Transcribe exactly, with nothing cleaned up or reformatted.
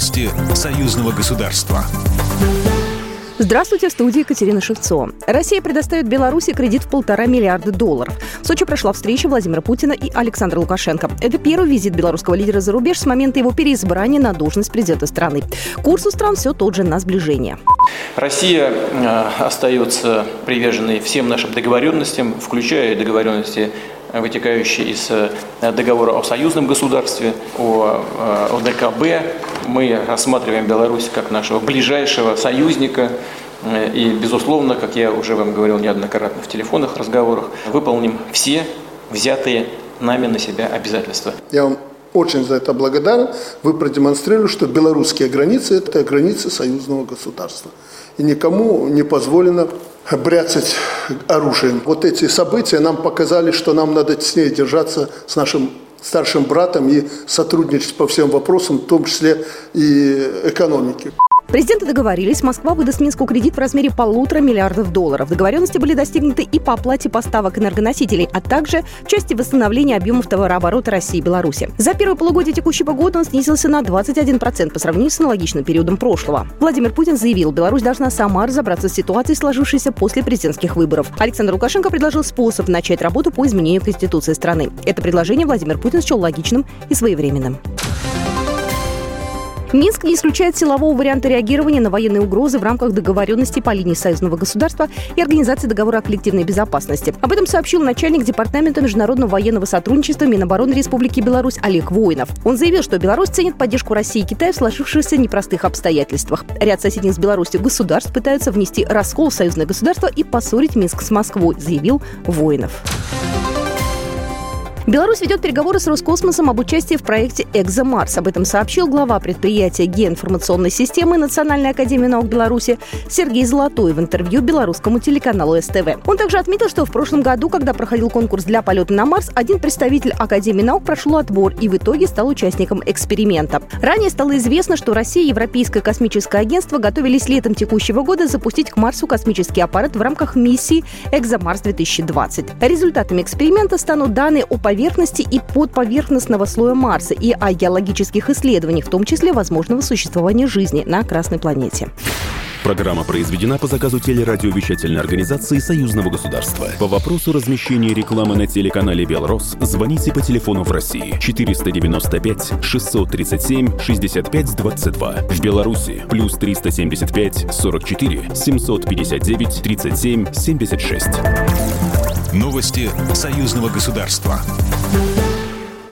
Новости союзного государства. Здравствуйте, в студии Екатерина Шевцова. Россия предоставит Беларуси кредит в полтора миллиарда долларов. В Сочи прошла встреча Владимира Путина и Александра Лукашенко. Это первый визит белорусского лидера за рубеж с момента его переизбрания на должность президента страны. Курс у стран все тот же, на сближение. Россия остается приверженной всем нашим договоренностям, включая договоренности, вытекающие из договора о союзном государстве, о, о ДКБ. Мы рассматриваем Беларусь как нашего ближайшего союзника. И, безусловно, как я уже вам говорил неоднократно в телефонных разговорах, выполним все взятые нами на себя обязательства. Я вам очень за это благодарен. Вы продемонстрировали, что белорусские границы – это границы союзного государства. И никому не позволено бряцать оружием. Вот эти события нам показали, что нам надо теснее держаться с нашим старшим братом и сотрудничать по всем вопросам, в том числе и экономики. Президенты договорились, Москва выдаст Минску кредит в размере полутора миллиардов долларов. Договоренности были достигнуты и по оплате поставок энергоносителей, а также в части восстановления объемов товарооборота России и Беларуси. За первое полугодие текущего года он снизился на двадцать один процент по сравнению с аналогичным периодом прошлого. Владимир Путин заявил, Беларусь должна сама разобраться с ситуацией, сложившейся после президентских выборов. Александр Лукашенко предложил способ начать работу по изменению Конституции страны. Это предложение Владимир Путин счел логичным и своевременным. Минск не исключает силового варианта реагирования на военные угрозы в рамках договоренностей по линии союзного государства и Организации договора о коллективной безопасности. Об этом сообщил начальник Департамента международного военного сотрудничества Минобороны Республики Беларусь Олег Воинов. Он заявил, что Беларусь ценит поддержку России и Китая в сложившихся непростых обстоятельствах. Ряд соседних с Беларусью государств пытаются внести раскол в союзное государство и поссорить Минск с Москвой, заявил Воинов. Беларусь ведет переговоры с Роскосмосом об участии в проекте «Экзомарс». Об этом сообщил глава предприятия геоинформационной системы Национальной академии наук Беларуси Сергей Золотой в интервью белорусскому телеканалу СТВ. Он также отметил, что в прошлом году, когда проходил конкурс для полета на Марс, один представитель Академии наук прошел отбор и в итоге стал участником эксперимента. Ранее стало известно, что Россия и Европейское космическое агентство готовились летом текущего года запустить к Марсу космический аппарат в рамках миссии «Экзомарс-две тысячи двадцать». Результатами эксперимента станут данные о поверхности и подповерхностного слоя Марса и о геологических исследованиях, в том числе возможного существования жизни на Красной планете. Программа произведена по заказу телерадиовещательной организации Союзного государства. По вопросу размещения рекламы на телеканале «Белрос» звоните по телефону в России четыреста девяносто пять шестьсот тридцать семь шестьдесят пять двадцать два. В Беларуси плюс триста семьдесят пять сорок четыре семьсот пятьдесят девять тридцать семь семьдесят шесть. Новости союзного государства.